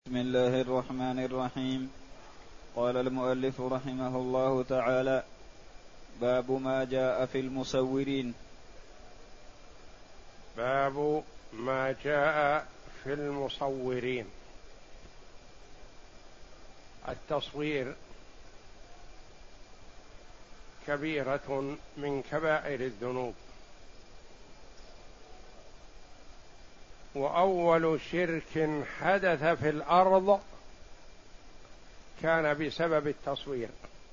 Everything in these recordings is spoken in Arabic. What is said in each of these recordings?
بسم الله الرحمن الرحيم. قال المؤلف رحمه الله تعالى: باب ما جاء في المصورين. باب ما جاء في المصورين. التصوير كبيرة من كبائر الذنوب، وأول شرك حدث في الأرض كان بسبب التصوير.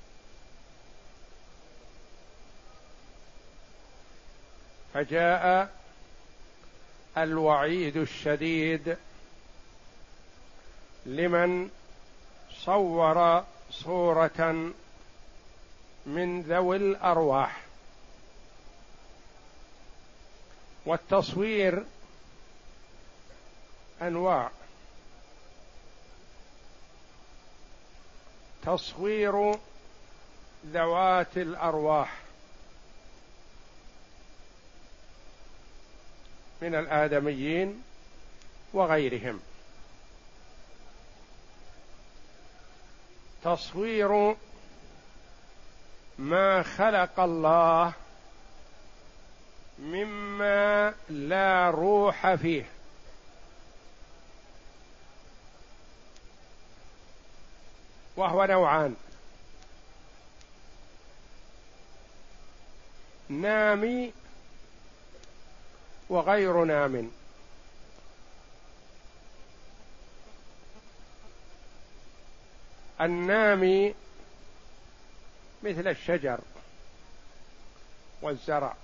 فجاء الوعيد الشديد لمن صور صورة من ذوي الأرواح. والتصوير أنواع: تصوير ذوات الأرواح من الآدميين وغيرهم، تصوير ما خلق الله مما لا روح فيه، وهو نوعان: نامي وغير نام. النامي مثل الشجر والزرع،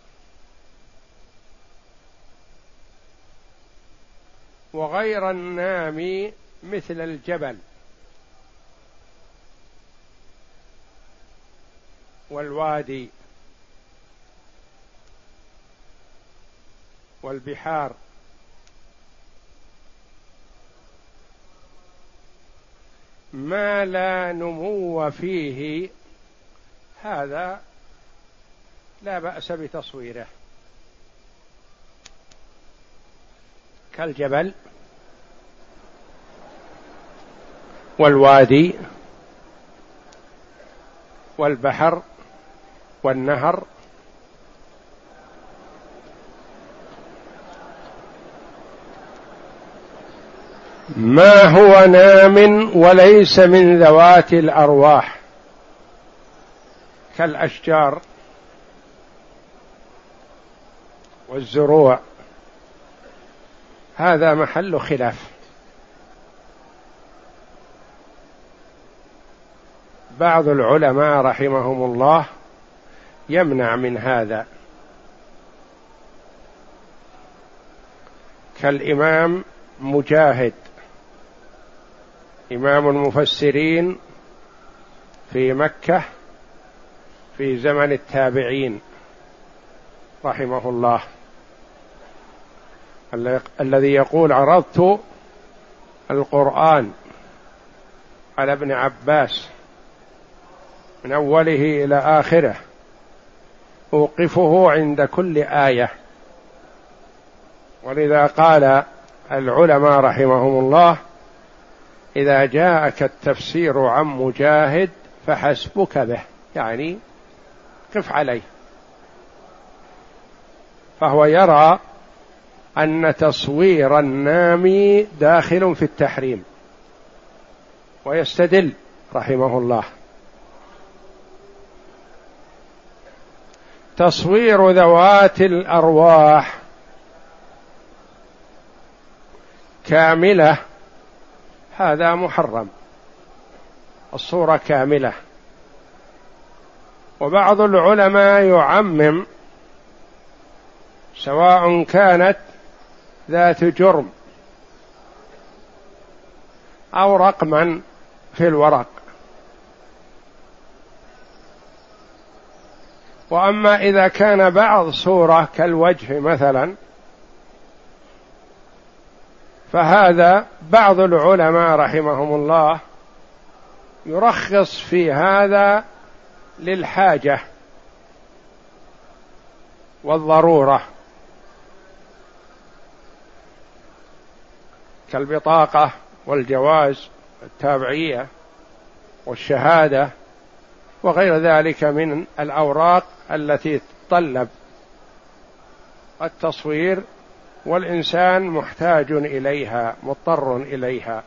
وغير النامي مثل الجبل والوادي والبحار. ما لا نمو فيه هذا لا بأس بتصويره، كالجبل والوادي والبحر والنهر. ما هو نام وليس من ذوات الأرواح كالأشجار والزروع، هذا محل خلاف. بعض العلماء رحمهم الله يمنع من هذا، كالإمام مجاهد إمام المفسرين في مكة في زمن التابعين رحمه الله، الذي يقول: عرضت القرآن على ابن عباس من أوله إلى آخره، أوقفه عند كل آية. ولذا قال العلماء رحمهم الله: إذا جاءك التفسير عن مجاهد فحسبك به، يعني قف عليه. فهو يرى أن تصوير النامي داخل في التحريم، ويستدل رحمه الله: تصوير ذوات الأرواح كاملة هذا محرم، الصورة كاملة. وبعض العلماء يعمم، سواء كانت ذات جرم أو رقما في الورق. وأما إذا كان بعض صورة كالوجه مثلا، فهذا بعض العلماء رحمهم الله يرخص في هذا للحاجة والضرورة، كالبطاقة والجواز التابعية والشهادة وغير ذلك من الأوراق التي تتطلب التصوير، والإنسان محتاج إليها مضطر إليها،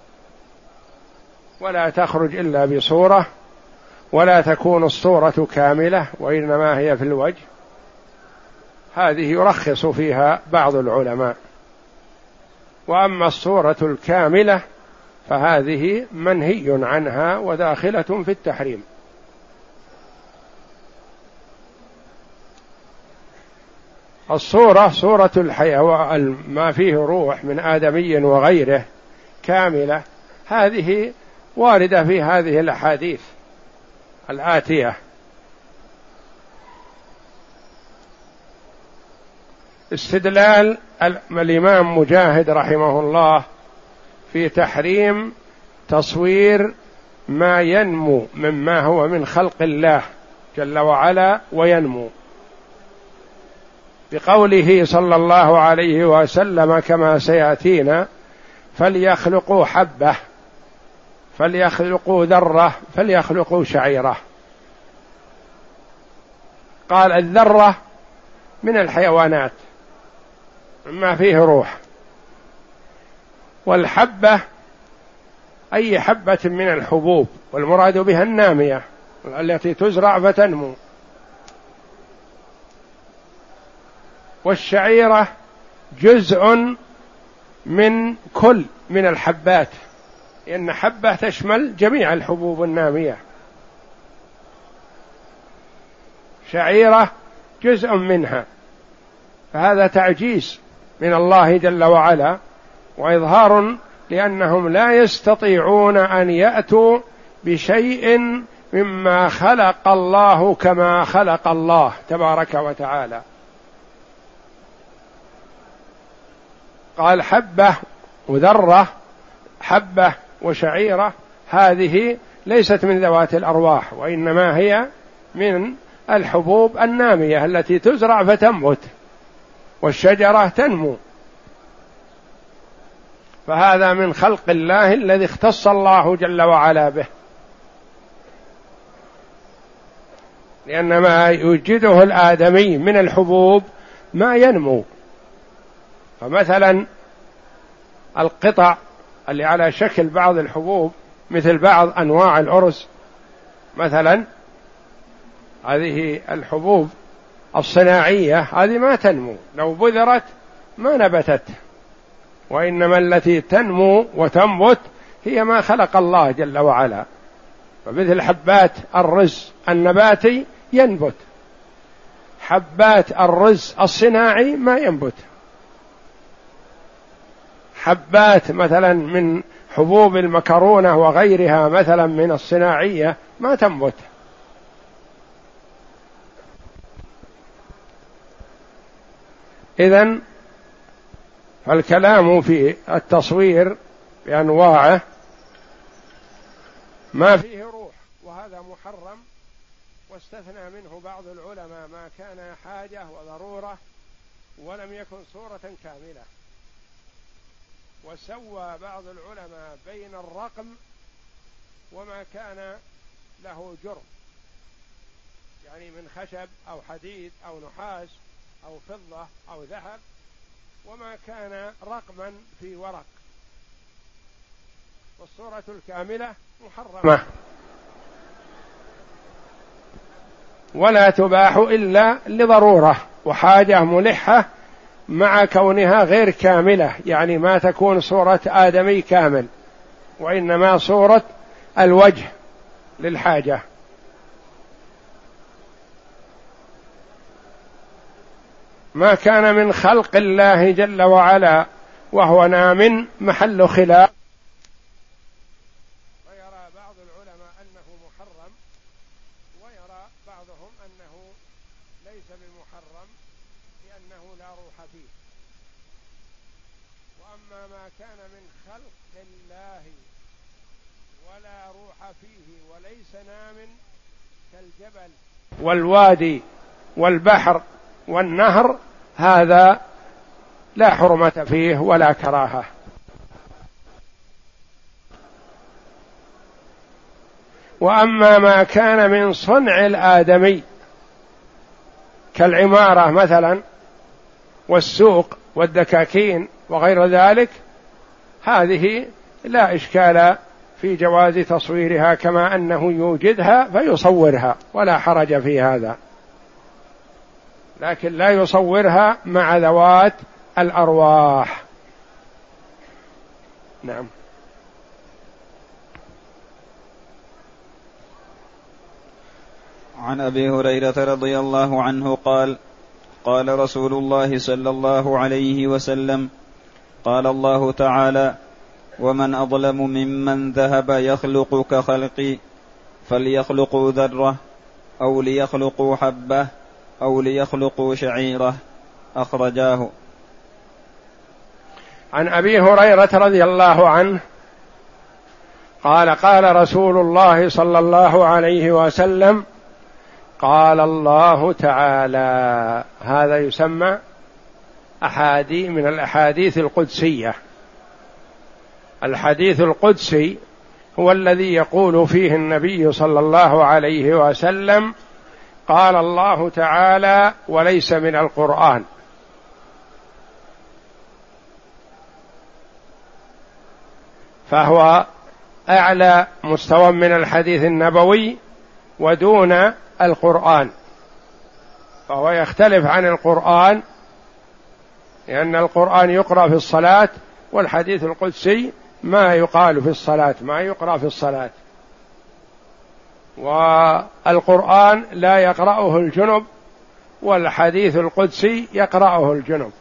ولا تخرج إلا بصورة، ولا تكون الصورة كاملة وإنما هي في الوجه. هذه يرخص فيها بعض العلماء. وأما الصورة الكاملة فهذه منهي عنها وداخلة في التحريم. الصورة صورة الحيوان ما فيه روح من آدمي وغيره كاملة، هذه واردة في هذه الأحاديث الآتية. استدلال الإمام مجاهد رحمه الله في تحريم تصوير ما ينمو مما هو من خلق الله جل وعلا وينمو، بقوله صلى الله عليه وسلم كما سيأتينا: فليخلقوا حبة، فليخلقوا ذرة، فليخلقوا شعيرة. قال الذرة من الحيوانات ما فيه روح، والحبة أي حبة من الحبوب، والمراد بها النامية التي تزرع فتنمو، والشعيرة جزء من كل من الحبات، لأن حبة تشمل جميع الحبوب النامية، شعيرة جزء منها. فهذا تعجيز من الله جل وعلا وإظهار لأنهم لا يستطيعون أن يأتوا بشيء مما خلق الله كما خلق الله تبارك وتعالى. قال حبة وذرة، حبة وشعيرة، هذه ليست من ذوات الأرواح، وإنما هي من الحبوب النامية التي تزرع فتنبت، والشجرة تنمو. فهذا من خلق الله الذي اختص الله جل وعلا به، لأن ما يوجده الآدمي من الحبوب ما ينمو. فمثلا القطع اللي على شكل بعض الحبوب مثل بعض أنواع الأرز مثلا، هذه الحبوب الصناعية هذه ما تنمو، لو بذرت ما نبتت، وإنما التي تنمو وتنبت هي ما خلق الله جل وعلا. فمثل حبات الرز النباتي ينبت، حبات الرز الصناعي ما ينبت، حبات مثلا من حبوب المكرونة وغيرها مثلا من الصناعية ما تنبت. إذن فالكلام في التصوير بأنواعه ما فيه روح وهذا محرم، واستثنى منه بعض العلماء ما كان حاجة وضرورة ولم يكن صورة كاملة. وسوى بعض العلماء بين الرقم وما كان له جرم، يعني من خشب أو حديد أو نحاس أو فضة أو ذهب، وما كان رقما في ورق، والصورة الكاملة محرمة ولا تباح إلا لضرورة وحاجة ملحة، مع كونها غير كاملة، يعني ما تكون صورة آدمي كامل، وإنما صورة الوجه للحاجة. ما كان من خلق الله جل وعلا وهو نام محل خلاف، ويرى بعض العلماء أنه محرم، ويرى بعضهم أنه ليس بمحرم لأنه لا روح فيه. وأما ما كان من خلق الله ولا روح فيه وليس نام كالجبل والوادي والبحر والنهر، هذا لا حرمة فيه ولا كراهة. وأما ما كان من صنع الآدمي كالعمارة مثلا والسوق والدكاكين وغير ذلك، هذه لا إشكال في جواز تصويرها، كما أنه يوجدها فيصورها ولا حرج في هذا، لكن لا يصورها مع ذوات الأرواح. نعم. عن أبي هريرة رضي الله عنه قال: قال رسول الله صلى الله عليه وسلم: قال الله تعالى: ومن أظلم ممن ذهب يخلق كخلقي فليخلقوا ذرة أو ليخلقوا حبة أو ليخلقوا شعيرة. أخرجاه. عن أبي هريرة رضي الله عنه قال: قال رسول الله صلى الله عليه وسلم: قال الله تعالى. هذا يسمى من الأحاديث القدسية. الحديث القدسي هو الذي يقول فيه النبي صلى الله عليه وسلم: قال الله تعالى، وليس من القرآن. فهو أعلى مستوى من الحديث النبوي ودون القرآن، فهو يختلف عن القرآن، لأن القرآن يقرأ في الصلاة، والحديث القدسي ما يقال في الصلاة، ما يقرأ في الصلاة. والقرآن لا يقرأه الجنب، والحديث القدسي يقرأه الجنب.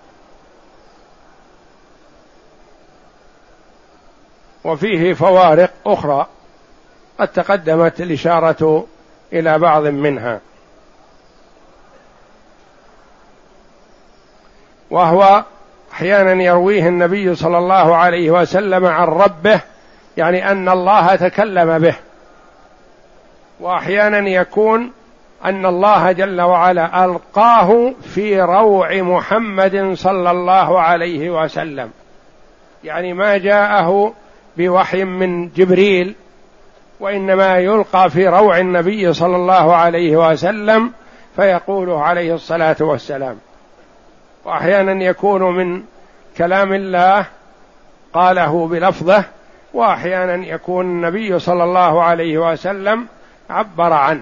وفيه فوارق أخرى قد تقدمت الإشارة إلى بعض منها، وهو أحيانا يرويه النبي صلى الله عليه وسلم عن ربه، يعني أن الله تكلم به، وأحيانا يكون أن الله جل وعلا ألقاه في روع محمد صلى الله عليه وسلم، يعني ما جاءه بوحي من جبريل، وإنما يلقى في روع النبي صلى الله عليه وسلم فيقول عليه الصلاة والسلام. وأحيانا يكون من كلام الله قاله بلفظه، وأحيانا يكون النبي صلى الله عليه وسلم عبر عنه.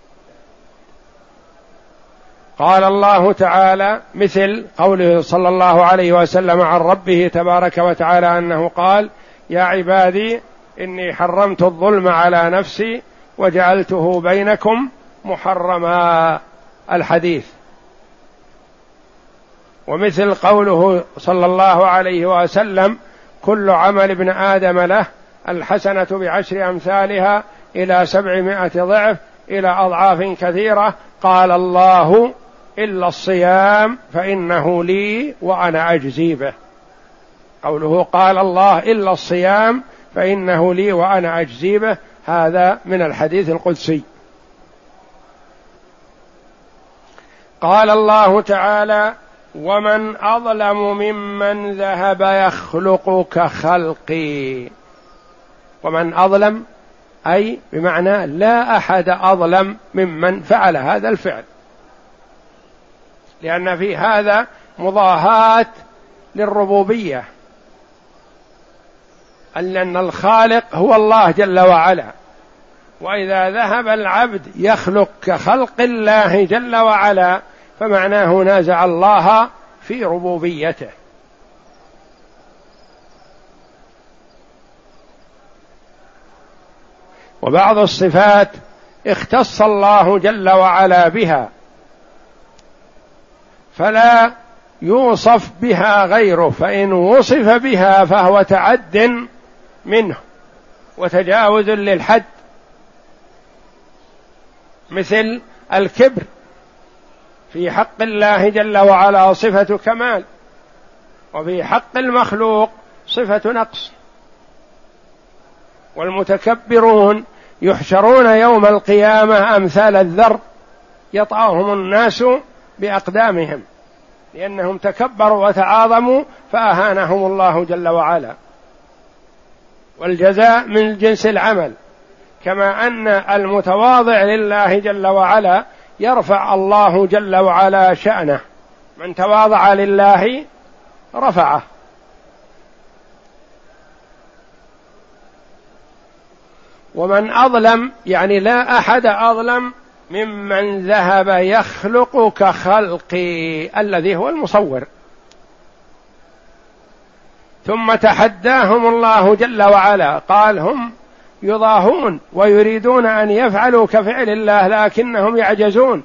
قال الله تعالى مثل قوله صلى الله عليه وسلم عن ربه تبارك وتعالى أنه قال: يا عبادي إني حرمت الظلم على نفسي وجعلته بينكم محرما، الحديث. ومثل قوله صلى الله عليه وسلم: كل عمل ابن آدم له الحسنة بعشر أمثالها إلى 700 ضعف إلى أضعاف كثيرة، قال الله: إلا الصيام فإنه لي وأنا أجزي به. قوله قال الله إلا الصيام فإنه لي وأنا أجزي به، هذا من الحديث القدسي. قال الله تعالى: ومن أظلم ممن ذهب يخلق كخلقي. ومن أظلم أي بمعنى لا أحد أظلم ممن فعل هذا الفعل، لأن في هذا مضاهاة للربوبية، أن الخالق هو الله جل وعلا، وإذا ذهب العبد يخلق كخلق الله جل وعلا فمعناه نازع الله في ربوبيته. وبعض الصفات اختص الله جل وعلا بها فلا يوصف بها غيره، فإن وصف بها فهو تعد منه وتجاوز للحد، مثل الكبر في حق الله جل وعلا صفة كمال، وفي حق المخلوق صفة نقص. والمتكبرون يحشرون يوم القيامة أمثال الذر يطأهم الناس بأقدامهم، لأنهم تكبروا وتعاظموا فأهانهم الله جل وعلا. والجزاء من جنس العمل، كما أن المتواضع لله جل وعلا يرفع الله جل وعلا شأنه، من تواضع لله رفعه. ومن أظلم يعني لا أحد أظلم ممن ذهب يخلق كخلقي الذي هو المصور. ثم تحداهم الله جل وعلا، قال هم يضاهون ويريدون أن يفعلوا كفعل الله لكنهم يعجزون،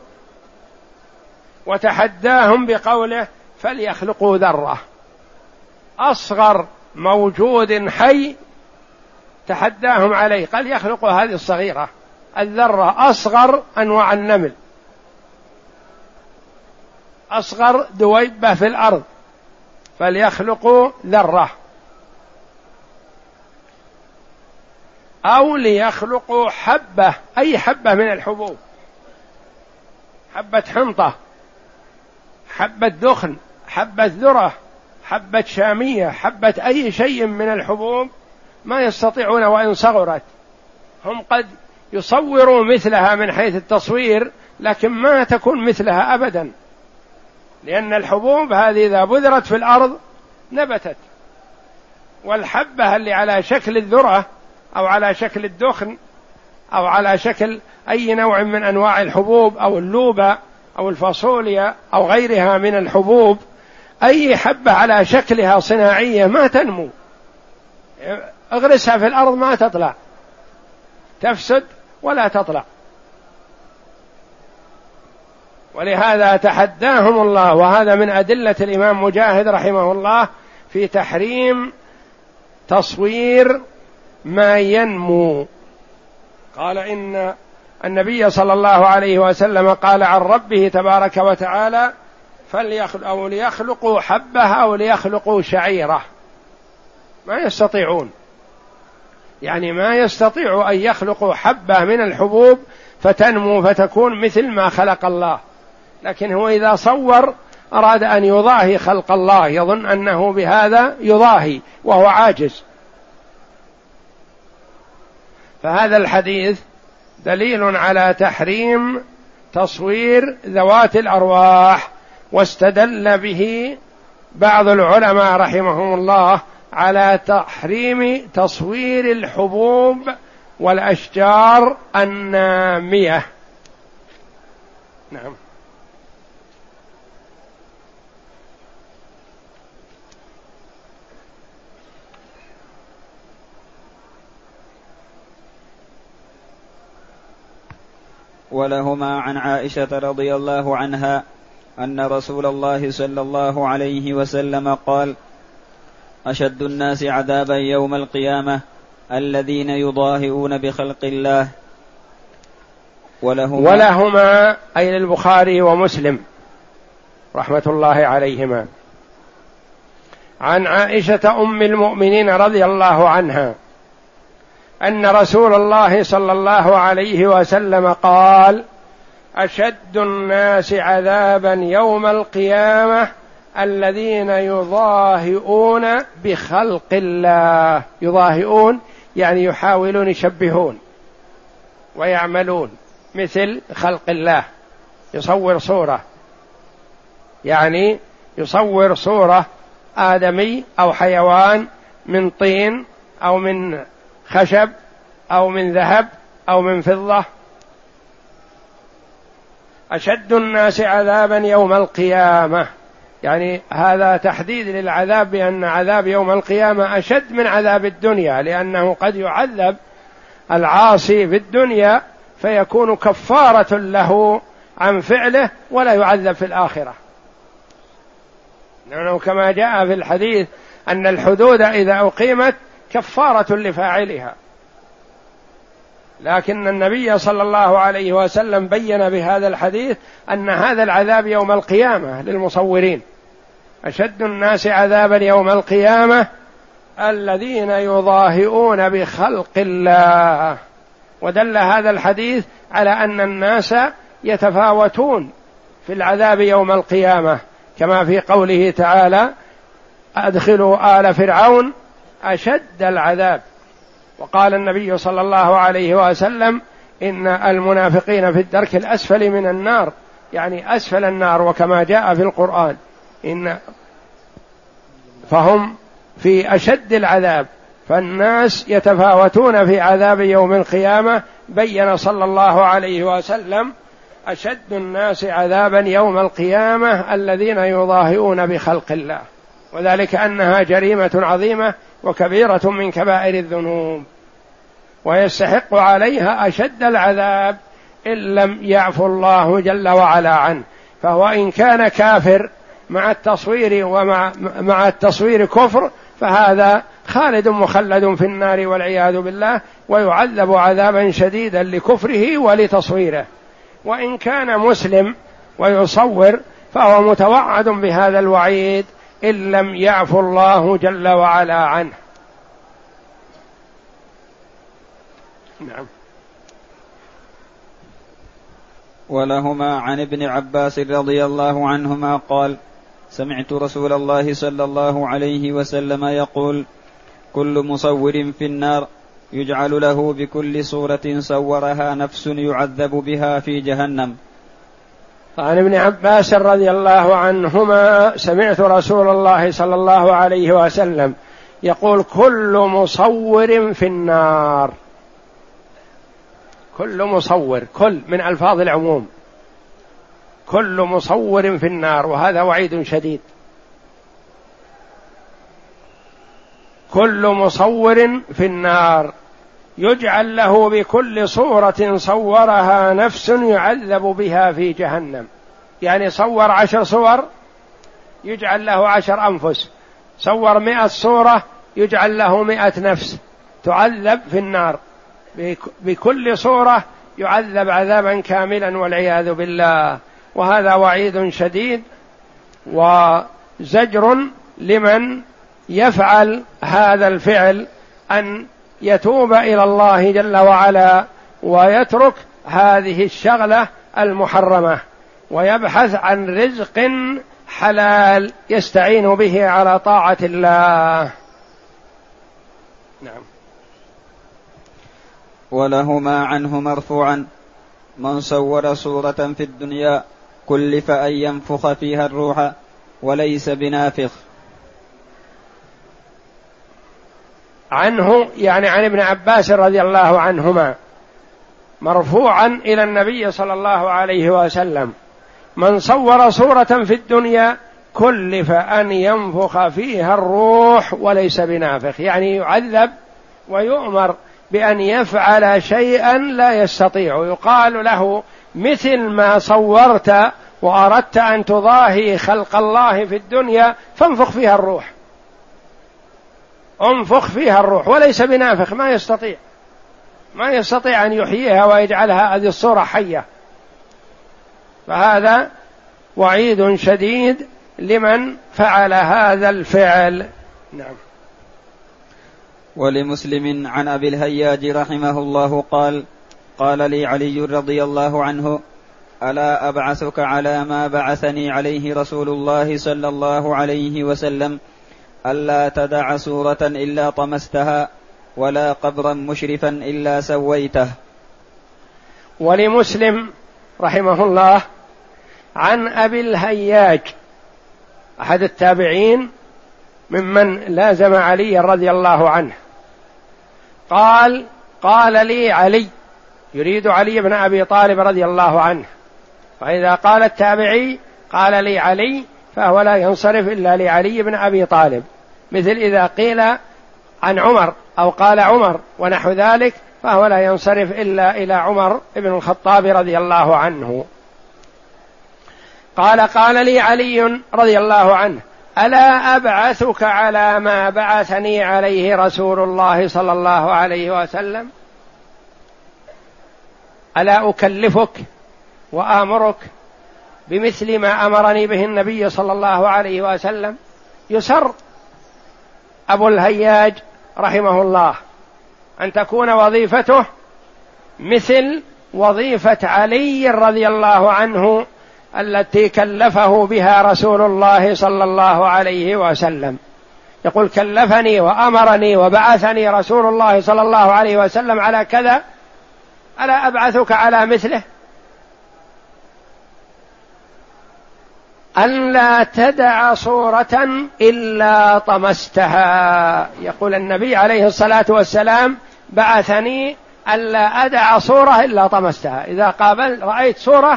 وتحداهم بقوله فليخلقوا ذرة، أصغر موجود حي تحداهم عليه، قال يخلقوا هذه الصغيرة الذرة، أصغر أنواع النمل، أصغر دويبة في الأرض، فليخلقوا ذرة، أو ليخلقوا حبة، أي حبة من الحبوب، حبة حنطة، حبة دخن، حبة ذرة، حبة شامية، حبة أي شيء من الحبوب ما يستطيعون وإن صغرت. هم قد يصوروا مثلها من حيث التصوير لكن ما تكون مثلها أبدا، لأن الحبوب هذه إذا بذرت في الأرض نبتت، والحبة اللي على شكل الذرة أو على شكل الدخن أو على شكل أي نوع من أنواع الحبوب أو اللوبة أو الفاصوليا أو غيرها من الحبوب، أي حبة على شكلها صناعية ما تنمو، اغرسها في الأرض ما تطلع، تفسد ولا تطلع. ولهذا تحداهم الله، وهذا من أدلة الإمام مجاهد رحمه الله في تحريم تصوير ما ينمو. قال إن النبي صلى الله عليه وسلم قال عن ربه تبارك وتعالى أو ليخلقوا حبة أو ليخلقوا شعيرة، ما يستطيعون، يعني ما يستطيعوا أن يخلقوا حبة من الحبوب فتنمو فتكون مثل ما خلق الله، لكن هو إذا صور أراد أن يضاهي خلق الله، يظن أنه بهذا يضاهي وهو عاجز. فهذا الحديث دليل على تحريم تصوير ذوات الأرواح، واستدل به بعض العلماء رحمهم الله على تحريم تصوير الحبوب والأشجار النامية. نعم. ولهما عن عائشة رضي الله عنها أن رسول الله صلى الله عليه وسلم قال: أشد الناس عذابا يوم القيامة الذين يضاهئون بخلق الله. ولهما أي للبخاري ومسلم رحمة الله عليهما عن عائشة أم المؤمنين رضي الله عنها أن رسول الله صلى الله عليه وسلم قال: أشد الناس عذابا يوم القيامة الذين يضاهئون بخلق الله. يضاهئون يعني يحاولون يشبهون ويعملون مثل خلق الله، يصور صورة، يعني يصور صورة آدمي أو حيوان من طين أو من خشب أو من ذهب أو من فضة. أشد الناس عذابا يوم القيامة، يعني هذا تحديد للعذاب بأن عذاب يوم القيامة أشد من عذاب الدنيا، لأنه قد يعذب العاصي في الدنيا فيكون كفارة له عن فعله ولا يعذب في الآخرة، لأنه كما جاء في الحديث أن الحدود إذا أقيمت كفارة لفاعلها، لكن النبي صلى الله عليه وسلم بين بهذا الحديث أن هذا العذاب يوم القيامة للمصورين. أشد الناس عذابا يوم القيامة الذين يضاهئون بخلق الله. ودل هذا الحديث على أن الناس يتفاوتون في العذاب يوم القيامة، كما في قوله تعالى: أدخلوا آل فرعون أشد العذاب. وقال النبي صلى الله عليه وسلم إن المنافقين في الدرك الأسفل من النار، يعني أسفل النار، وكما جاء في القرآن فهم في أشد العذاب، فالناس يتفاوتون في عذاب يوم القيامة. بين صلى الله عليه وسلم أشد الناس عذابا يوم القيامة الذين يضاهئون بخلق الله، وذلك أنها جريمة عظيمة وكبيرة من كبائر الذنوب، ويستحق عليها أشد العذاب إن لم يعفو الله جل وعلا عنه. فهو إن كان كافر مع التصوير ومع التصوير كفر، فهذا خالد مخلد في النار والعياذ بالله، ويعذب عذابا شديدا لكفره ولتصويره. وإن كان مسلم ويصور فهو متوعد بهذا الوعيد إن لم يعفو الله جل وعلا عنه. نعم. ولهما عن ابن عباس رضي الله عنهما قال: سمعت رسول الله صلى الله عليه وسلم يقول: كل مصور في النار يجعل له بكل صورة صورها نفس يعذب بها في جهنم. عن ابن عباس رضي الله عنهما سمعت رسول الله صلى الله عليه وسلم يقول: كل مصور في النار. كل مصور، كل من ألفاظ العموم، كل مصور في النار، وهذا وعيد شديد. كل مصور في النار يجعل له بكل صورة صورها نفس يعذب بها في جهنم. يعني صور 10 صور يجعل له 10 أنفس، صور 100 صورة يجعل له 100 نفس تعذب في النار، بكل صورة يعذب عذابا كاملا والعياذ بالله. وهذا وعيد شديد وزجر لمن يفعل هذا الفعل، أن يتوب إلى الله جل وعلا ويترك هذه الشغلة المحرمة ويبحث عن رزق حلال يستعين به على طاعة الله. نعم. ولهما عنه مرفوعا: من صور صورة في الدنيا كلف أن ينفخ فيها الروح وليس بنافخ. عنه يعني عن ابن عباس رضي الله عنهما مرفوعا إلى النبي صلى الله عليه وسلم: من صور صورة في الدنيا كلف أن ينفخ فيها الروح وليس بنافخ، يعني يعذب ويؤمر بأن يفعل شيئا لا يستطيع. يقال له: مثل ما صورت وأردت أن تضاهي خلق الله في الدنيا فانفخ فيها الروح، انفخ فيها الروح وليس بنافخ، ما يستطيع أن يحييها ويجعلها هذه الصورة حية. فهذا وعيد شديد لمن فعل هذا الفعل. نعم. ولمسلم عن أبي الهياج رحمه الله قال: قال لي علي رضي الله عنه: ألا أبعثك على ما بعثني عليه رسول الله صلى الله عليه وسلم: ألا تدع صورة إلا طمستها ولا قبرا مشرفا إلا سويته. ولمسلم رحمه الله عن أبي الهياج أحد التابعين ممن لازم علي رضي الله عنه قال: قال لي علي، يريد علي بن أبي طالب رضي الله عنه. فإذا قال التابعي قال لي علي فهو لا ينصرف إلا لعلي بن أبي طالب، مثل إذا قيل عن عمر أو قال عمر ونحو ذلك فهو لا ينصرف إلا إلى عمر بن الخطاب رضي الله عنه. قال لي علي رضي الله عنه: ألا أبعثك على ما بعثني عليه رسول الله صلى الله عليه وسلم؟ ألا أكلفك وآمرك بمثل ما أمرني به النبي صلى الله عليه وسلم؟ يسر أبو الهياج رحمه الله أن تكون وظيفته مثل وظيفة علي رضي الله عنه التي كلفه بها رسول الله صلى الله عليه وسلم، يقول كلفني وأمرني وبعثني رسول الله صلى الله عليه وسلم على كذا، ألا أبعثك على مثله؟ أن لا تدع صورة إلا طمستها. يقول النبي عليه الصلاة والسلام بعثني ألا أدع صورة إلا طمستها. إذا رأيت صورة،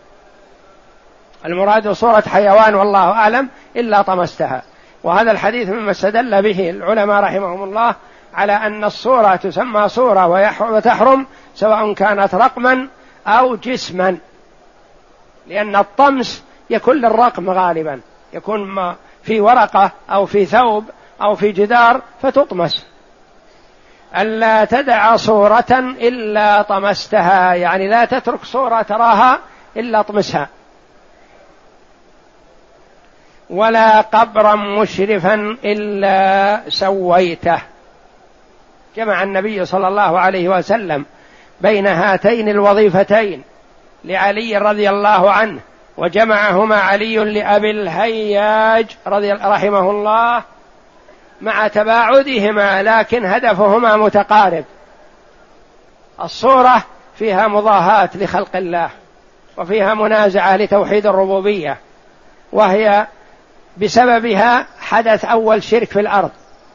المراد صورة حيوان والله أعلم، إلا طمستها. وهذا الحديث مما استدل به العلماء رحمهم الله على أن الصورة تسمى صورة وتحرم سواء كانت رقما أو جسما، لأن الطمس يكون للرقم غالبا، يكون في ورقة أو في ثوب أو في جدار فتطمس. ألا تدع صورة إلا طمستها، يعني لا تترك صورة تراها إلا طمسها. ولا قبرا مشرفا إلا سويته. جمع النبي صلى الله عليه وسلم بين هاتين الوظيفتين لعلي رضي الله عنه، وجمعهما علي لأبي الهياج رحمه الله مع تباعدهما، لكن هدفهما متقارب. الصورة فيها مضاهاة لخلق الله، وفيها منازعة لتوحيد الربوبية، وهي بسببها حدث أول شرك في الأرض.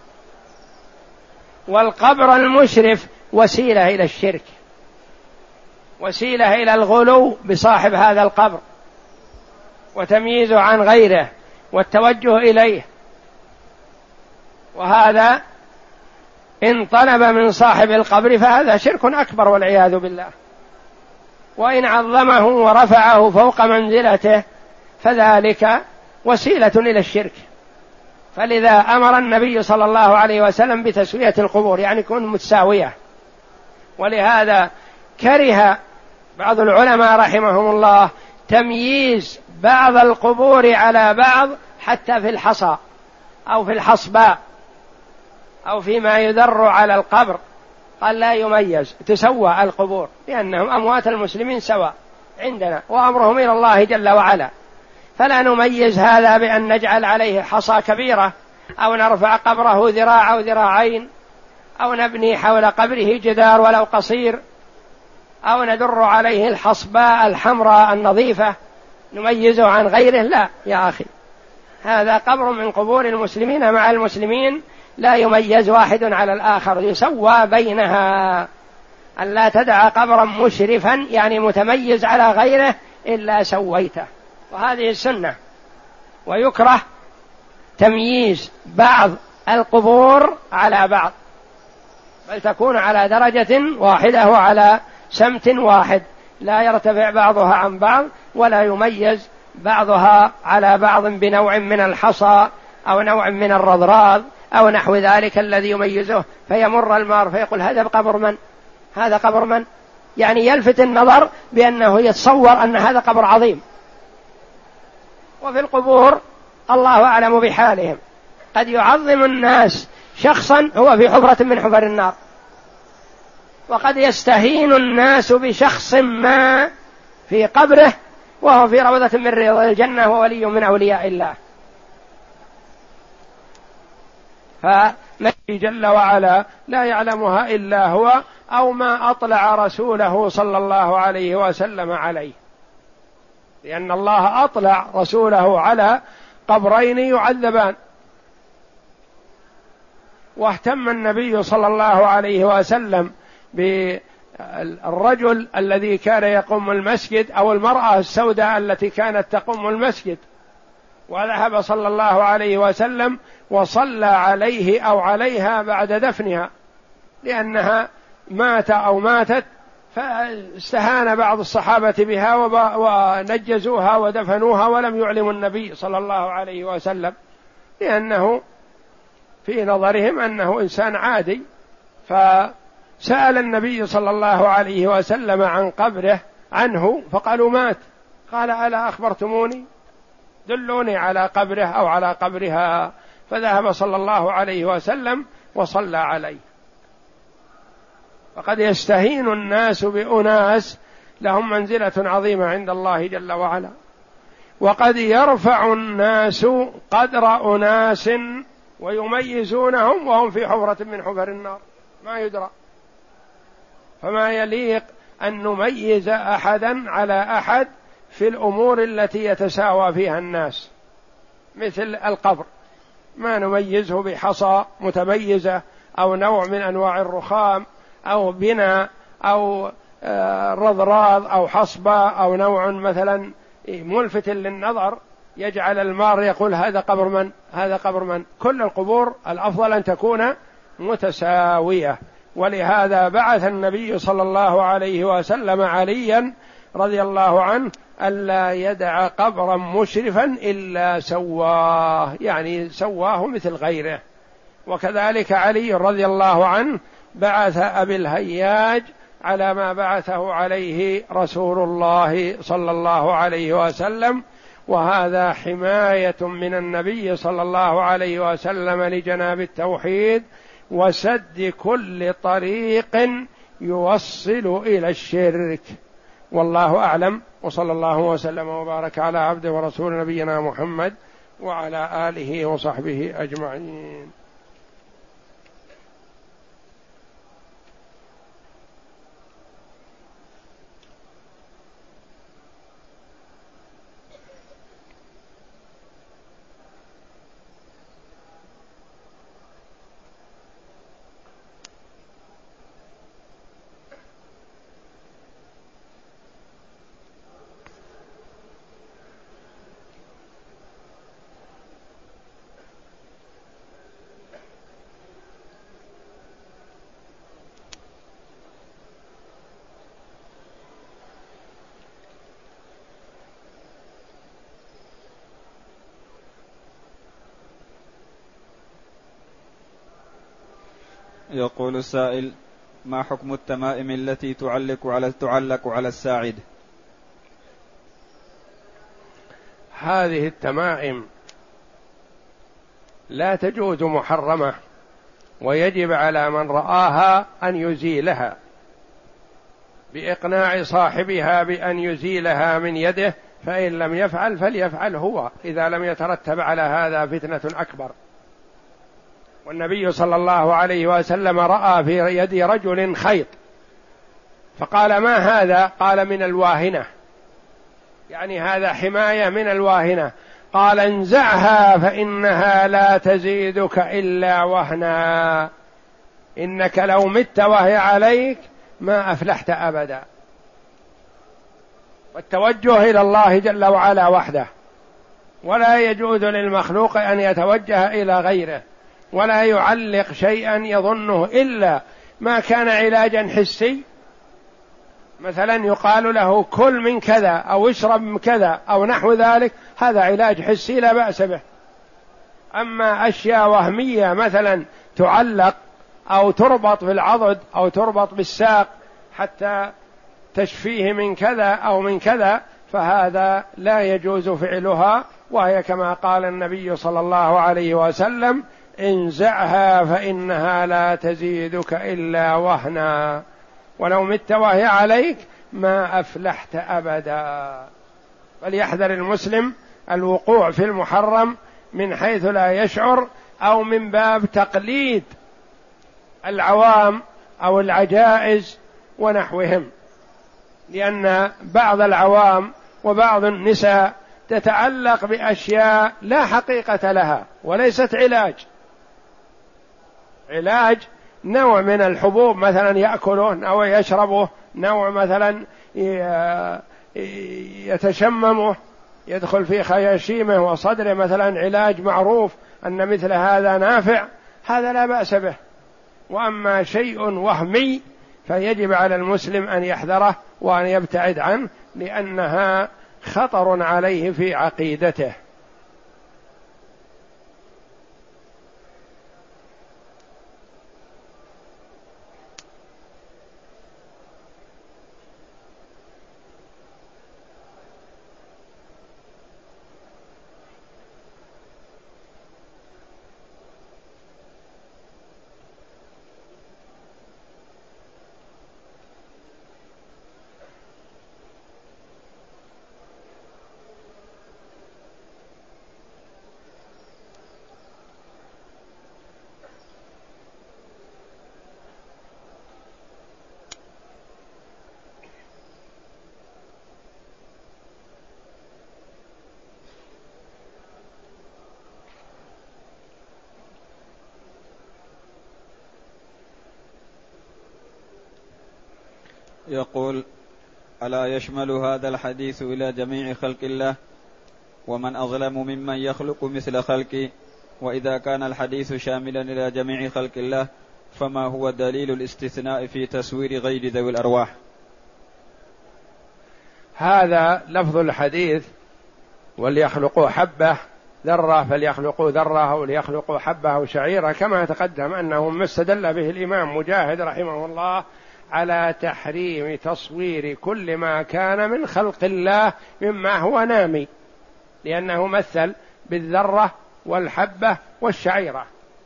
والقبر المشرف وسيلة إلى الشرك، وسيلة إلى الغلو بصاحب هذا القبر وتمييزه عن غيره والتوجه إليه، وهذا إن طلب من صاحب القبر فهذا شرك أكبر والعياذ بالله. وإن عظمه ورفعه فوق منزلته فذلك وسيلة إلى الشرك. فلذا أمر النبي صلى الله عليه وسلم بتسوية القبور، يعني تكون متساوية. ولهذا كره بعض العلماء رحمهم الله تمييز بعض القبور على بعض حتى في الحصى أو في الحصباء أو فيما يدر على القبر، قال لا يميز، تسوى القبور، لأنهم أموات المسلمين سواء عندنا وأمرهم إلى الله جل وعلا. فلا نميز هذا بأن نجعل عليه حصى كبيرة، أو نرفع قبره ذراع أو ذراعين، أو نبني حول قبره جدار ولو قصير، أو ندر عليه الحصباء الحمراء النظيفة نميزه عن غيره. لا يا أخي، هذا قبر من قبور المسلمين مع المسلمين، لا يميز واحد على الآخر، يسوى بينها. أن لا تدع قبرا مشرفا يعني متميز على غيره إلا سويته، وهذه السنة. ويكره تمييز بعض القبور على بعض، بل تكون على درجة واحدة وعلى سمت واحد، لا يرتفع بعضها عن بعض، ولا يميز بعضها على بعض بنوع من الحصى أو نوع من الرضراض أو نحو ذلك الذي يميزه، فيمر المار فيقول هذا قبر من؟ هذا قبر من؟ يعني يلفت النظر بأنه يتصور أن هذا قبر عظيم. وفي القبور الله أعلم بحالهم، قد يعظم الناس شخصا هو في حفرة من حفر النار، وقد يستهين الناس بشخص ما في قبره وهو في روضة من رياض الجنة وولي من أولياء الله. فنبي جل وعلا لا يعلمها إلا هو، أو ما أطلع رسوله صلى الله عليه وسلم عليه، لأن الله أطلع رسوله على قبرين يعذبان. واهتم النبي صلى الله عليه وسلم بالرجل الذي كان يقوم المسجد أو المرأة السوداء التي كانت تقوم المسجد، وذهب صلى الله عليه وسلم وصلى عليه أو عليها بعد دفنها، لأنها ماتت، فاستهان بعض الصحابة بها ونجزوها ودفنوها ولم يعلموا النبي صلى الله عليه وسلم، لأنه في نظرهم أنه إنسان عادي. فسأل النبي صلى الله عليه وسلم عن قبره عنه، فقالوا مات. قال ألا أخبرتموني؟ دلوني على قبره أو على قبرها. فذهب صلى الله عليه وسلم وصلى عليه. فقد يستهين الناس بأناس لهم منزلة عظيمة عند الله جل وعلا، وقد يرفع الناس قدر أناس ويميزونهم وهم في حفرة من حفر النار ما يدرى. فما يليق أن نميز أحدا على أحد في الأمور التي يتساوى فيها الناس، مثل القبر ما نميزه بحصى متميزة أو نوع من أنواع الرخام أو بناء أو رضراض أو حصبة أو نوع مثلا ملفت للنظر يجعل المار يقول هذا قبر من، هذا قبر من. كل القبور الأفضل أن تكون متساوية. ولهذا بعث النبي صلى الله عليه وسلم عليا رضي الله عنه ألا يدع قبرا مشرفا إلا سواه، يعني سواه مثل غيره. وكذلك علي رضي الله عنه بعث أبي الهياج على ما بعثه عليه رسول الله صلى الله عليه وسلم، وهذا حماية من النبي صلى الله عليه وسلم لجناب التوحيد وسد كل طريق يوصل إلى الشرك. والله أعلم، وصلى الله وسلم وبارك على عبده ورسول نبينا محمد وعلى آله وصحبه أجمعين. يقول السائل: ما حكم التمائم التي تعلق على الساعد؟ هذه التمائم لا تجوز محرمة، ويجب على من رآها أن يزيلها بإقناع صاحبها بأن يزيلها من يده، فإن لم يفعل فليفعل هو إذا لم يترتب على هذا فتنة أكبر. والنبي صلى الله عليه وسلم رأى في يد رجل خيط فقال: ما هذا؟ قال: من الواهنة، يعني هذا حماية من الواهنة. قال: انزعها فإنها لا تزيدك إلا وهنا، إنك لو مت وهي عليك ما أفلحت أبدا. والتوجه إلى الله جل وعلا وحده، ولا يجوز للمخلوق أن يتوجه إلى غيره ولا يعلق شيئا يظنه إلا ما كان علاجا حسي، مثلا يقال له كل من كذا أو اشرب من كذا أو نحو ذلك، هذا علاج حسي لا بأس به. أما أشياء وهمية مثلا تعلق أو تربط بالعضد أو تربط بالساق حتى تشفيه من كذا أو من كذا، فهذا لا يجوز فعلها، وهي كما قال النبي صلى الله عليه وسلم: انزعها فإنها لا تزيدك إلا وهنا، ولو مت وهي عليك ما أفلحت أبدا. فليحذر المسلم الوقوع في المحرم من حيث لا يشعر، أو من باب تقليد العوام أو العجائز ونحوهم، لأن بعض العوام وبعض النساء تتعلق بأشياء لا حقيقة لها وليست علاج نوع من الحبوب مثلا يأكله أو يشربه، نوع مثلا يتشممه يدخل في خياشيمه وصدره مثلا، علاج معروف أن مثل هذا نافع، هذا لا بأس به. وأما شيء وهمي فيجب على المسلم أن يحذره وأن يبتعد عنه، لأنها خطر عليه في عقيدته. يقول: ألا يشمل هذا الحديث إلى جميع خلق الله؟ ومن أظلم ممن يخلق مثل خلقي؟ وإذا كان الحديث شاملا إلى جميع خلق الله فما هو دليل الاستثناء في تسوير غير ذوي الأرواح؟ هذا لفظ الحديث: وليخلقوا حبة ذرة فليخلقوا ذرة أو ليخلقوا حبة أو شعيرة، كما تقدم أنه ما استدل به الإمام مجاهد رحمه الله على تحريم تصوير كل ما كان من خلق الله مما هو نامي، لأنه مثل بالذرة والحبة والشعيرة.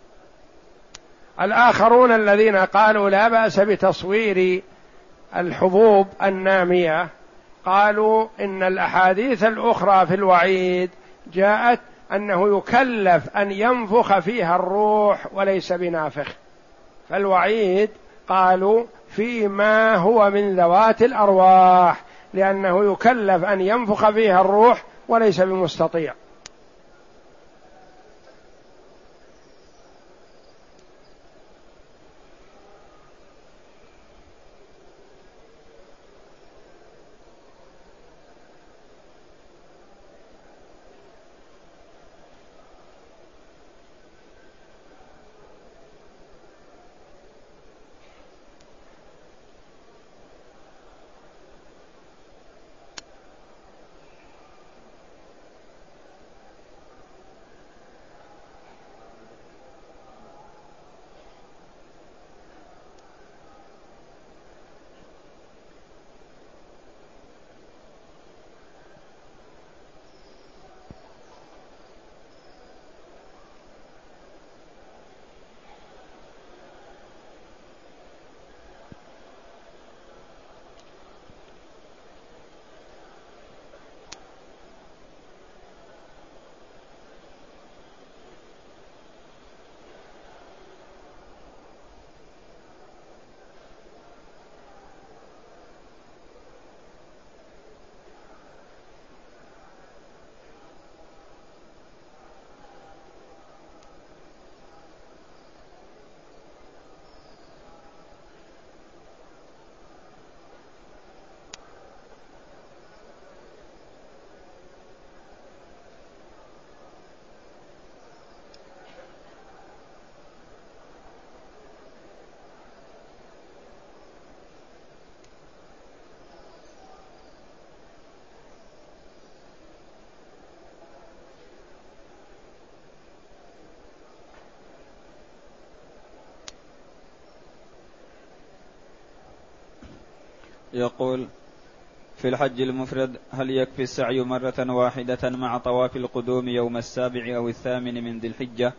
الآخرون الذين قالوا لا بأس بتصوير الحبوب النامية قالوا إن الأحاديث الأخرى في الوعيد جاءت أنه يكلف أن ينفخ فيها الروح وليس بنافخ، فالوعيد قالوا فيما هو من ذوات الأرواح، لأنه يكلف أن ينفخ فيها الروح وليس بمستطيع. يقول: في الحج المفرد هل يكفي السعي مرة واحدة مع طواف القدوم يوم 7 أو 8 من ذي الحجة؟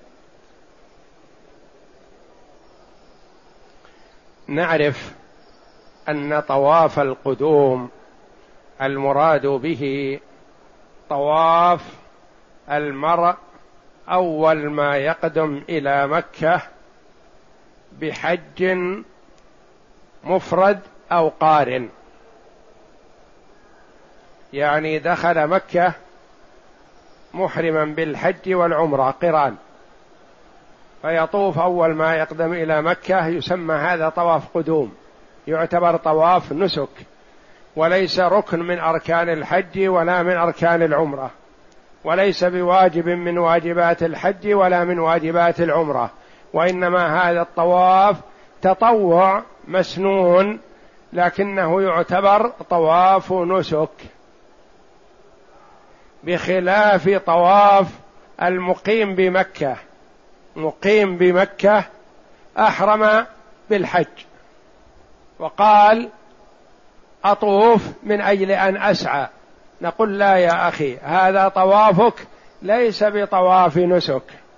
نعرف أن طواف القدوم المراد به طواف المرء أول ما يقدم إلى مكة بحج مفرد أو قارن، يعني دخل مكة محرما بالحج والعمرة قران، فيطوف أول ما يقدم إلى مكة، يسمى هذا طواف قدوم، يعتبر طواف نسك، وليس ركن من أركان الحج ولا من أركان العمرة، وليس بواجب من واجبات الحج ولا من واجبات العمرة، وإنما هذا الطواف تطوع مسنون، لكنه يعتبر طواف نسك، بخلاف طواف المقيم بمكة. مقيم بمكة أحرم بالحج وقال أطوف من أجل أن أسعى، نقول لا يا أخي، هذا طوافك ليس بطواف نسك،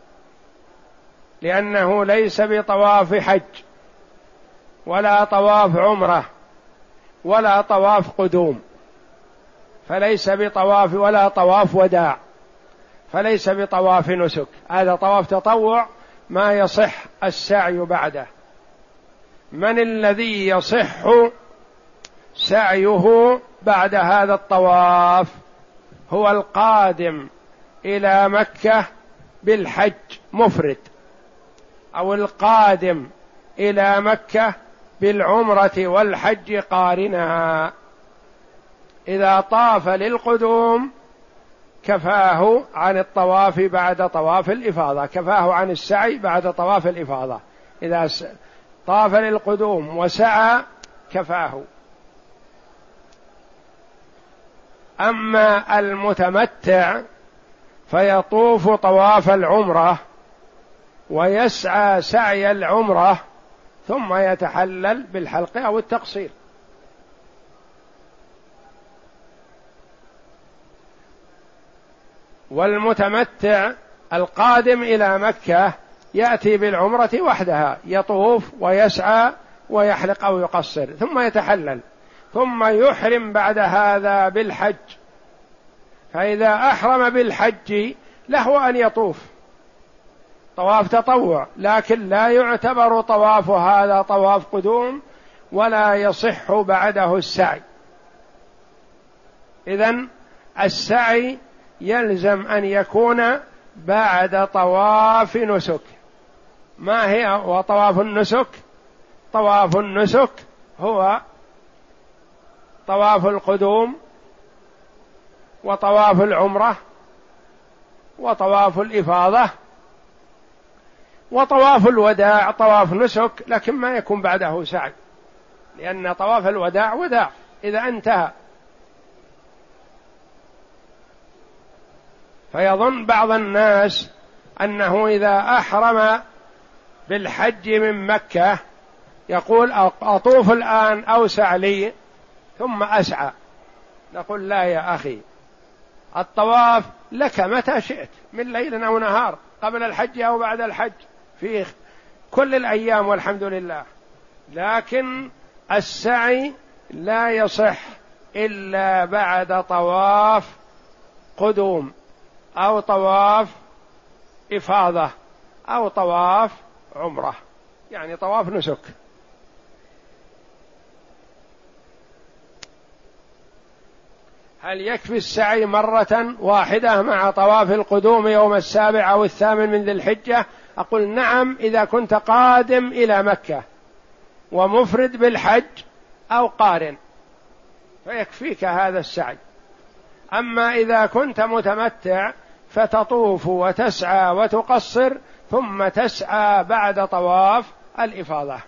لأنه ليس بطواف حج ولا طواف عمرة ولا طواف قدوم، فليس بطواف ولا طواف وداع، فليس بطواف نسك، هذا طواف تطوع ما يصح السعي بعده. من الذي يصح سعيه بعد هذا الطواف؟ هو القادم إلى مكة بالحج مفرد، أو القادم إلى مكة بالعمرة والحج قارنا. إذا طاف للقدوم كفاه عن الطواف بعد طواف الإفاضة، كفاه عن السعي بعد طواف الإفاضة. إذا طاف للقدوم وسعى كفاه. أما المتمتع فيطوف طواف العمرة ويسعى سعي العمرة ثم يتحلل بالحلق أو التقصير. والمتمتع القادم إلى مكة يأتي بالعمرة وحدها، يطوف ويسعى ويحلق أو يقصر ثم يتحلل، ثم يحرم بعد هذا بالحج. فإذا أحرم بالحج له أن يطوف طواف تطوع، لكن لا يعتبر طواف هذا طواف قدوم ولا يصح بعده السعي. إذن السعي يلزم أن يكون بعد طواف نسك. ما هي وطواف النسك؟ طواف النسك هو طواف القدوم وطواف العمرة وطواف الإفاضة وطواف الوداع. طواف نسك لكن ما يكون بعده سعي، لأن طواف الوداع وداع إذا انتهى. فيظن بعض الناس أنه إذا أحرم بالحج من مكة يقول أطوف الآن أوسع لي ثم أسعى. نقول لا يا أخي، الطواف لك متى شئت من ليل أو نهار، قبل الحج أو بعد الحج، في كل الأيام والحمد لله. لكن السعي لا يصح إلا بعد طواف قدوم أو طواف إفاضة أو طواف عمرة، يعني طواف نسك. هل يكفي السعي مرة واحدة مع طواف القدوم يوم 7 أو 8 من ذي الحجة؟ أقول نعم، إذا كنت قادم إلى مكة ومفرد بالحج أو قارن فيكفيك هذا السعي. أما إذا كنت متمتع فتطوف وتسعى وتقصر ثم تسعى بعد طواف الإفاضة.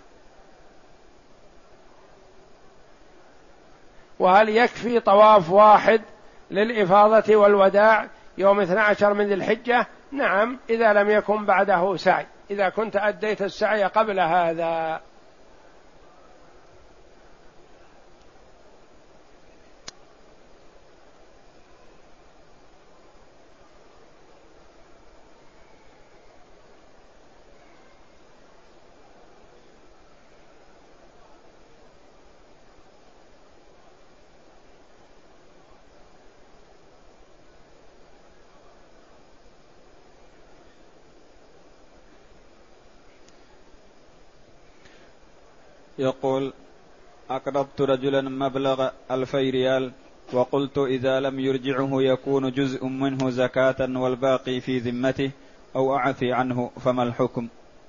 وهل يكفي طواف واحد للإفاضة والوداع يوم 12 من ذي الحجة؟ نعم، إذا لم يكن بعده سعي، إذا كنت أديت السعي قبل هذا. يقول: أقرضت رجلا مبلغ 2000 ريال وقلت إذا لم يرجعه يكون جزء منه زكاة والباقي في ذمته أو أعفي عنه، فما الحكم؟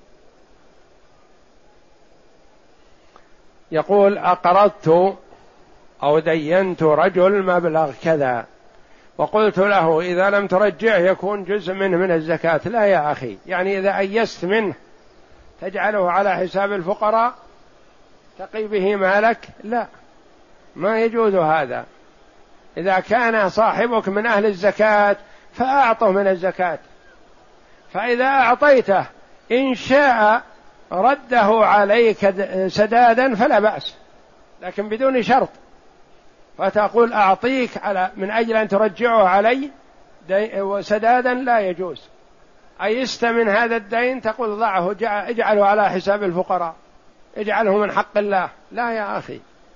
يقول: أقرضت أو دينت رجل مبلغ كذا وقلت له إذا لم ترجعه يكون جزء منه من الزكاة. لا يا أخي، يعني إذا أيست منه تجعله على حساب الفقراء تقي به مالك؟ لا، ما يجوز هذا. إذا كان صاحبك من أهل الزكاة فأعطه من الزكاة، فإذا أعطيته إن شاء رده عليك سدادا فلا بأس، لكن بدون شرط. فتقول أعطيك من أجل أن ترجعه علي سدادا، لا يجوز. أيست من هذا الدين تقول ضعه اجعله على حساب الفقراء، اجعله من حق الله. لا يا أخي،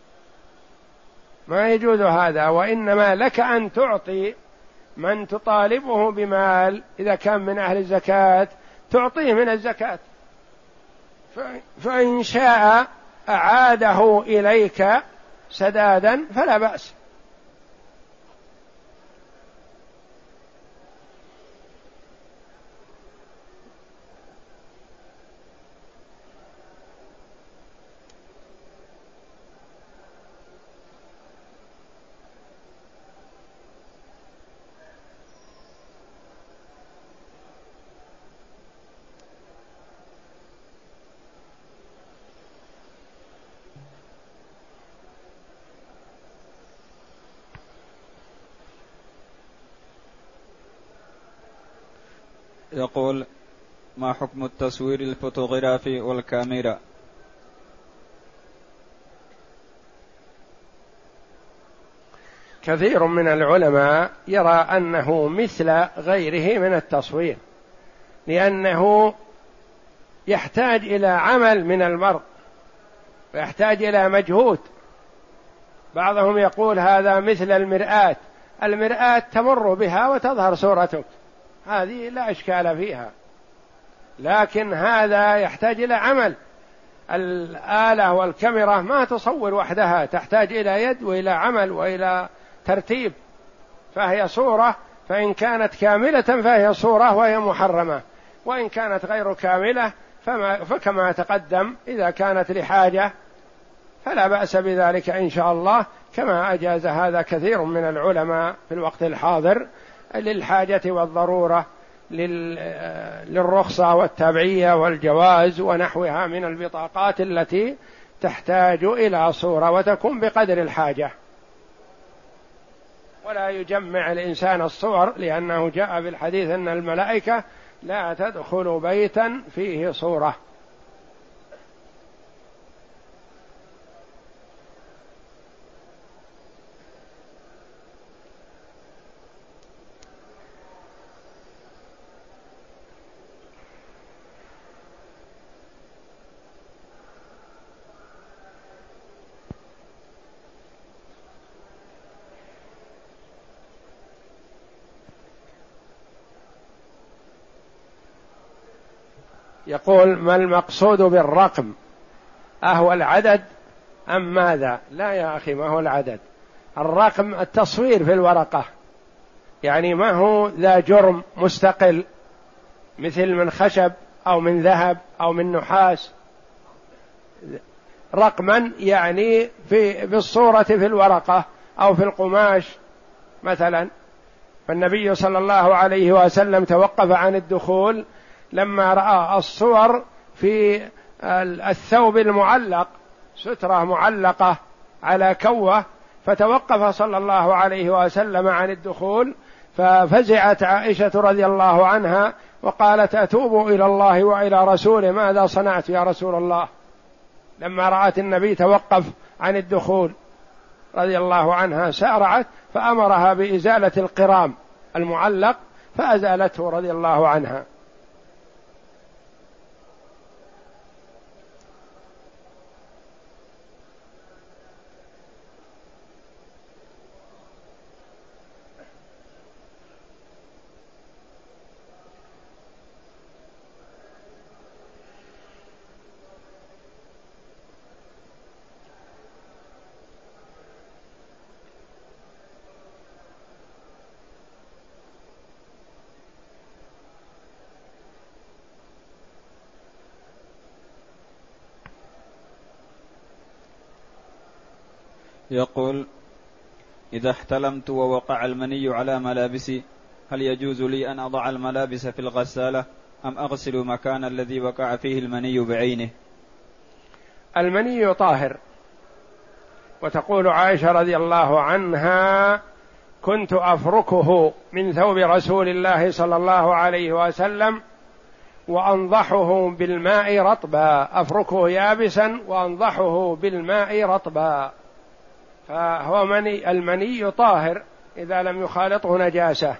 ما يجوز هذا. وإنما لك أن تعطي من تطالبه بمال، إذا كان من أهل الزكاة تعطيه من الزكاة، فإن شاء أعاده إليك سدادا فلا بأس. يقول: ما حكم التصوير الفوتوغرافي والكاميرا؟ كثير من العلماء يرى أنه مثل غيره من التصوير، لأنه يحتاج إلى عمل من المرء ويحتاج إلى مجهود. بعضهم يقول هذا مثل المرآة، المرآة تمر بها وتظهر صورتك، هذه لا إشكال فيها، لكن هذا يحتاج إلى عمل. الآلة والكاميرا ما تصور وحدها، تحتاج إلى يد وإلى عمل وإلى ترتيب، فهي صورة، فإن كانت كاملة فهي صورة وهي محرمة، وإن كانت غير كاملة فكما تقدم إذا كانت لحاجة فلا بأس بذلك إن شاء الله، كما أجاز هذا كثير من العلماء في الوقت الحاضر للحاجة والضرورة، للرخصة والتبعية والجواز ونحوها من البطاقات التي تحتاج إلى صورة وتكون بقدر الحاجة. ولا يجمع الإنسان الصور، لأنه جاء في الحديث أن الملائكة لا تدخل بيتا فيه صورة. يقول: ما المقصود بالرقم؟ أهو العدد أم ماذا؟ لا يا أخي، ما هو العدد، الرقم التصوير في الورقة، يعني ما هو ذا جرم مستقل مثل من خشب أو من ذهب أو من نحاس، رقما يعني في الصورة في الورقة أو في القماش مثلا. فالنبي صلى الله عليه وسلم توقف عن الدخول لما رأى الصور في الثوب المعلق، سترة معلقة على كوة، فتوقف صلى الله عليه وسلم عن الدخول، ففزعت عائشة رضي الله عنها وقالت: أتوب إلى الله وإلى رسوله، ماذا صنعت يا رسول الله؟ لما رأت النبي توقف عن الدخول رضي الله عنها سارعت فأمرها بإزالة القرام المعلق فأزالته رضي الله عنها. يقول: إذا احتلمت ووقع المني على ملابسي، هل يجوز لي أن أضع الملابس في الغسالة أم أغسل مكان الذي وقع فيه المني بعينه؟ المني طاهر، وتقول عائشة رضي الله عنها: كنت أفركه من ثوب رسول الله صلى الله عليه وسلم وأنضحه بالماء رطبا، أفركه يابسا وأنضحه بالماء رطبا. فهو المني طاهر إذا لم يخالطه نجاسة،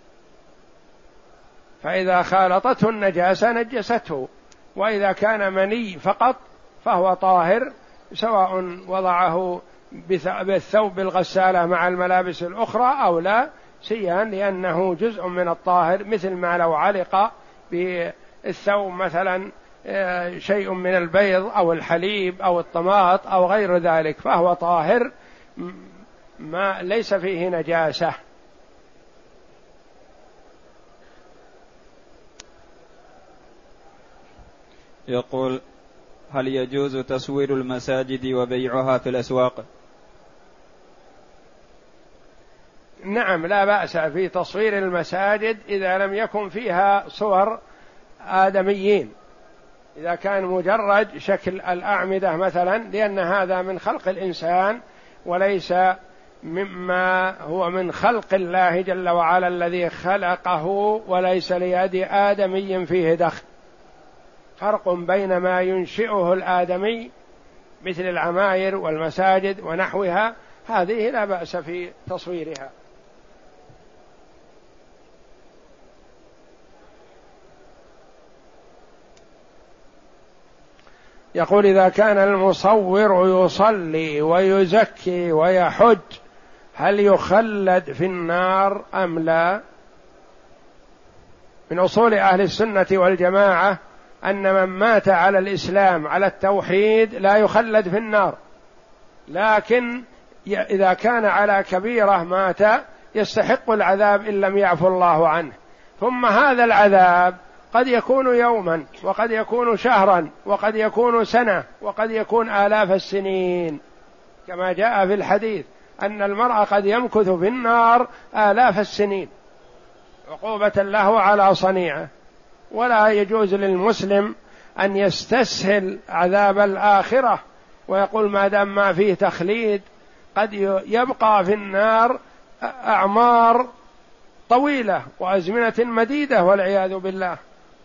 فإذا خالطته النجاسة نجسته، وإذا كان مني فقط فهو طاهر، سواء وضعه بالثوب بالغسالة مع الملابس الأخرى أو لا، سيان لأنه جزء من الطاهر، مثل ما لو علق بالثوب مثلا شيء من البيض أو الحليب أو الطماط أو غير ذلك، فهو طاهر ما ليس فيه نجاسة. يقول: هل يجوز تصوير المساجد وبيعها في الأسواق؟ نعم، لا بأس في تصوير المساجد إذا لم يكن فيها صور آدميين، إذا كان مجرد شكل الأعمدة مثلا، لأن هذا من خلق الإنسان وليس مما هو من خلق الله جل وعلا الذي خلقه، وليس ليد آدمي فيه دخل. فرق بين ما ينشئه الآدمي مثل العماير والمساجد ونحوها، هذه لا بأس في تصويرها. يقول: إذا كان المصور يصلي ويزكي ويحج هل يخلد في النار أم لا؟ من أصول أهل السنة والجماعة أن من مات على الإسلام على التوحيد لا يخلد في النار، لكن إذا كان على كبيرة مات يستحق العذاب إن لم يعفو الله عنه. ثم هذا العذاب قد يكون يوما، وقد يكون شهرا، وقد يكون سنة، وقد يكون آلاف السنين، كما جاء في الحديث أن المرء قد يمكث في النار آلاف السنين عقوبة له على صنيعه. ولا يجوز للمسلم أن يستسهل عذاب الآخرة ويقول ما دام ما فيه تخليد، قد يبقى في النار أعمار طويلة وأزمنة مديدة والعياذ بالله.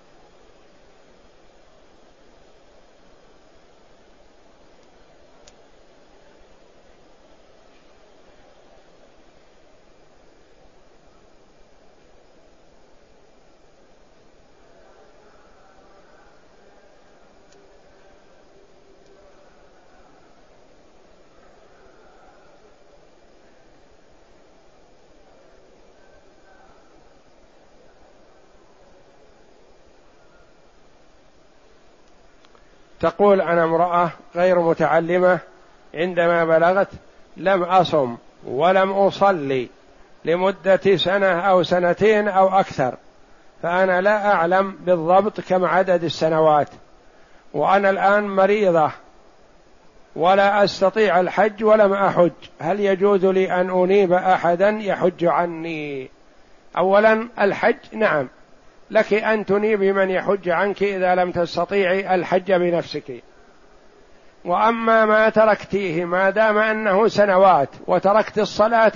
تقول: أنا امرأة غير متعلمة، عندما بلغت لم أصم ولم أصلي لمدة سنة أو سنتين أو أكثر، فأنا لا أعلم بالضبط كم عدد السنوات، وأنا الآن مريضة ولا أستطيع الحج ولم أحج، هل يجوز لي أن أنيب أحدا يحج عني؟ أولا الحج نعم لك أن تنيبي من يحج عنك إذا لم تستطيعي الحج بنفسك. وأما ما تركتيه ما دام أنه سنوات وتركت الصلاة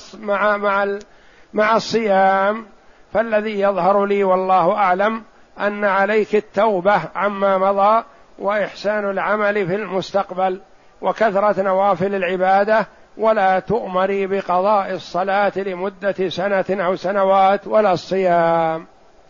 مع الصيام، فالذي يظهر لي والله أعلم أن عليك التوبة عما مضى وإحسان العمل في المستقبل وكثرة نوافل العبادة، ولا تؤمري بقضاء الصلاة لمدة سنة أو سنوات ولا الصيام.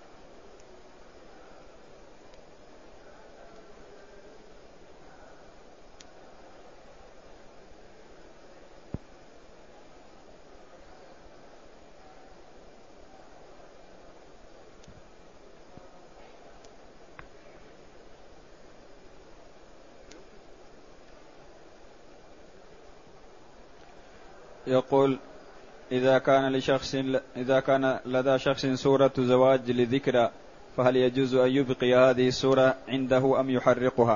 يقول: إذا كان لدى شخص صورة زواج لذكرى، فهل يجوز أن يبقي هذه الصورة عنده أم يحرقها؟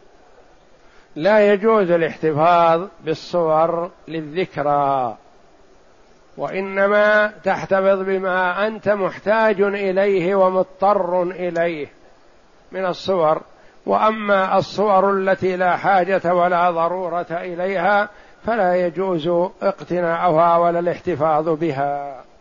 لا يجوز الاحتفاظ بالصور للذكرى، وإنما تحتفظ بما أنت محتاج إليه ومضطر إليه من الصور. وأما الصور التي لا حاجة ولا ضرورة إليها فلا يجوز اقتناؤها ولا الاحتفاظ بها.